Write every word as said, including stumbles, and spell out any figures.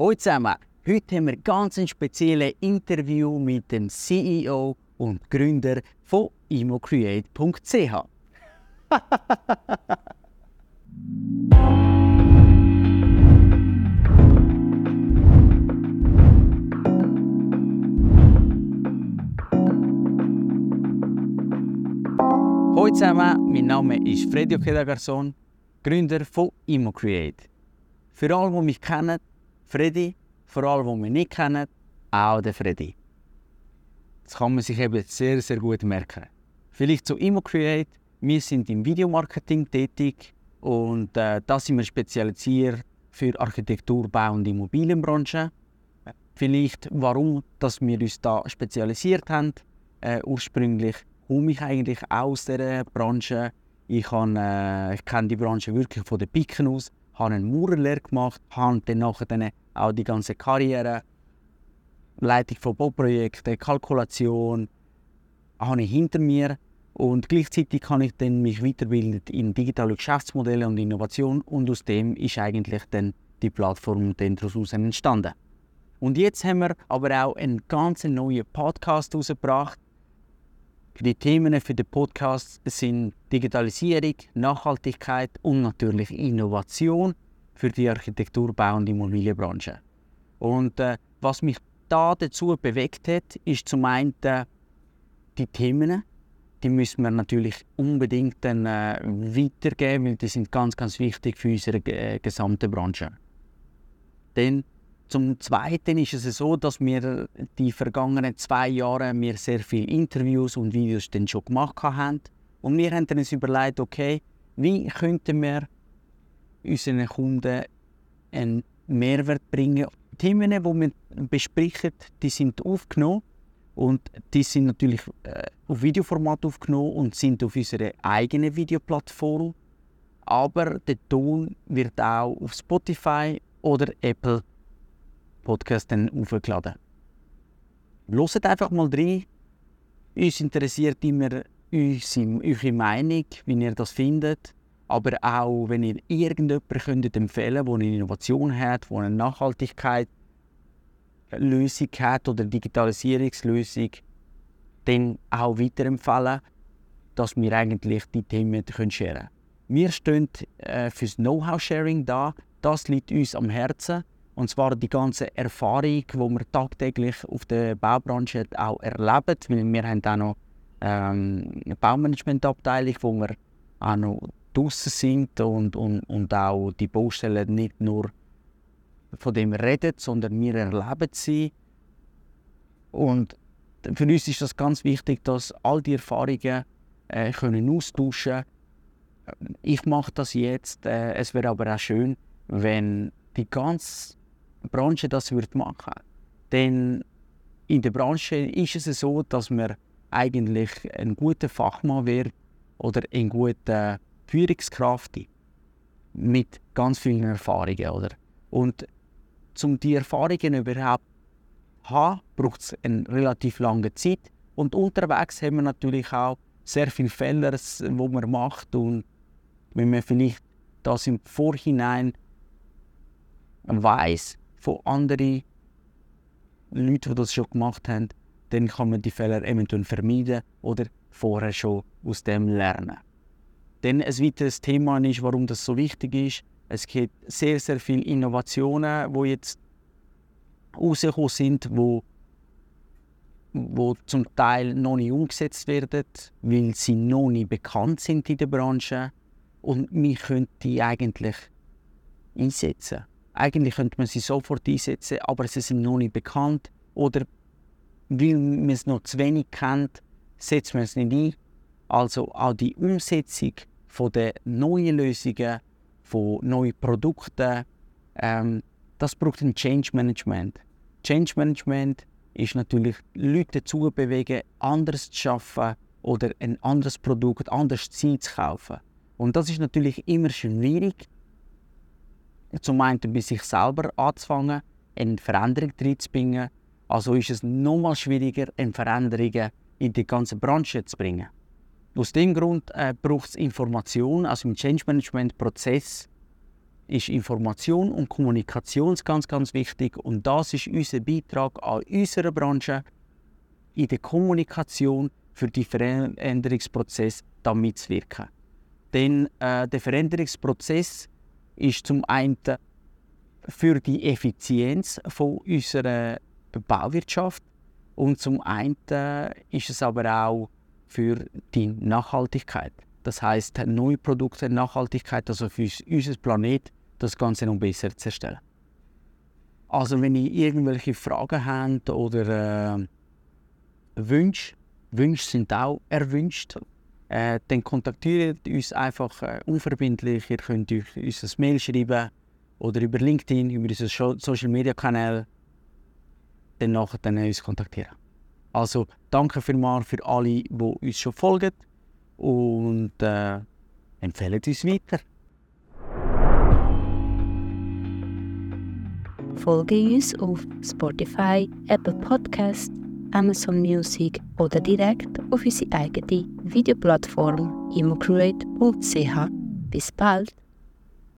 Hallo zusammen, heute haben wir ein ganz spezielles Interview mit dem C E O und Gründer von imocreate punkt c h. Hallo zusammen, mein Name ist Freddy Ojeda-Garzón, Gründer von imocreate. Für alle, die mich kennen, Freddy, für alle, die mich nicht kennen, auch der Freddy. Das kann man sich eben sehr, sehr gut merken. Vielleicht zu imocreate. Wir sind im Videomarketing tätig und äh, da sind wir spezialisiert für Architektur, Bau und Immobilienbranche. Vielleicht, warum dass wir uns da spezialisiert haben. Äh, ursprünglich komme ich eigentlich aus dieser Branche. Ich, äh, ich kenne die Branche wirklich von den Piken aus. Ich habe eine Maurerlehre gemacht, habe dann nachher auch die ganze Karriere, Leitung von Bauprojekten, Kalkulation, habe ich hinter mir. Und gleichzeitig kann ich dann mich weiterbilden in digitale Geschäftsmodelle und Innovation. Und aus dem ist eigentlich dann die Plattform dann daraus entstanden. Und jetzt haben wir aber auch einen ganz neuen Podcast herausgebracht. Die Themen für den Podcast sind Digitalisierung, Nachhaltigkeit und natürlich Innovation für die Architektur-, Bau- und Immobilienbranche. Und äh, was mich da dazu bewegt hat, ist zum einen äh, die Themen, die müssen wir natürlich unbedingt dann, äh, weitergeben, weil die sind ganz, ganz wichtig für unsere äh, gesamte Branche. Dann zum Zweiten ist es so, dass wir die vergangenen zwei Jahre wir sehr viele Interviews und Videos dann schon gemacht haben. Und wir haben uns überlegt, okay, wie könnten wir unseren Kunden einen Mehrwert bringen. Die Themen, die wir besprechen, die sind aufgenommen und die sind natürlich äh, auf Videoformat aufgenommen und sind auf unserer eigenen Videoplattform. Aber der Ton wird auch auf Spotify oder Apple Podcast dann aufgeladen. Hört einfach mal rein. Uns interessiert immer eure Meinung, wie ihr das findet. Aber auch, wenn ihr irgendjemanden könnt empfehlen könnt, der eine Innovation hat, der eine Nachhaltigkeitslösung hat oder Digitalisierungslösung, dann auch weiterempfehlen, dass wir eigentlich die Themen sharen können. Wir stehen äh, für das Know-how-Sharing da. Das liegt uns am Herzen. Und zwar die ganze Erfahrung, die wir tagtäglich auf der Baubranche auch erleben. Weil wir haben auch noch ähm, eine Baumanagementabteilung, wo wir auch noch draussen sind und, und, und auch die Baustellen nicht nur von dem reden, sondern wir erleben sie. Und für uns ist das ganz wichtig, dass all die Erfahrungen äh, können austauschen können. Ich mache das jetzt. Äh, es wäre aber auch schön, wenn die ganze Branche das würde machen. Denn in der Branche ist es so, dass man eigentlich ein guter Fachmann wird oder eine gute Führungskraft mit ganz vielen Erfahrungen. Oder? Und um diese Erfahrungen überhaupt zu haben, braucht es eine relativ lange Zeit. Und unterwegs haben wir natürlich auch sehr viele Fehler, die man macht. Und wenn man vielleicht das im Vorhinein weiss, von anderen Leuten, die das schon gemacht haben, dann kann man die Fehler eventuell vermeiden oder vorher schon aus dem lernen. Dann ein weiteres Thema ist, warum das so wichtig ist. Es gibt sehr, sehr viele Innovationen, die jetzt rausgekommen sind, die wo zum Teil noch nicht umgesetzt werden, weil sie noch nicht bekannt sind in der Branche. Und wir können die eigentlich einsetzen. Eigentlich könnte man sie sofort einsetzen, aber sie sind noch nicht bekannt. Oder weil man es noch zu wenig kennt, setzt man es nicht ein. Also auch die Umsetzung von der neuen Lösungen, von neuen Produkten, ähm, das braucht ein Change Management. Change Management ist natürlich, Leute dazu bewegen, anders zu arbeiten oder ein anderes Produkt, ein anderes Ziel zu kaufen. Und das ist natürlich immer schwierig. Zum einen bei sich selber anzufangen, eine Veränderung reinzubringen. Also ist es noch mal schwieriger, eine Veränderung in die ganze Branche zu bringen. Aus dem Grund äh, braucht es Information, also im Change Management Prozess ist Information und Kommunikation ganz, ganz wichtig. Und das ist unser Beitrag an unserer Branche in der Kommunikation für den Veränderungsprozess da mitzuwirken. Denn äh, der Veränderungsprozess ist zum einen für die Effizienz von unserer Bauwirtschaft und zum einen ist es aber auch für die Nachhaltigkeit. Das heisst, neue Produkte, Nachhaltigkeit, also für unseren Planet, das Ganze noch besser zu erstellen. Also wenn ihr irgendwelche Fragen habt oder äh, Wünsche, Wünsche sind auch erwünscht, äh, dann kontaktiert uns einfach äh, unverbindlich. Ihr könnt euch uns ein Mail schreiben oder über LinkedIn, über unsere Social Media Kanäle, dann nachher dann uns kontaktieren. Also danke vielmals für alle, die uns schon folgen und äh, empfehlen uns weiter. Folge uns auf Spotify, Apple Podcasts, Amazon Music oder direkt auf unsere eigene Videoplattform imocreate punkt c h. Bis bald!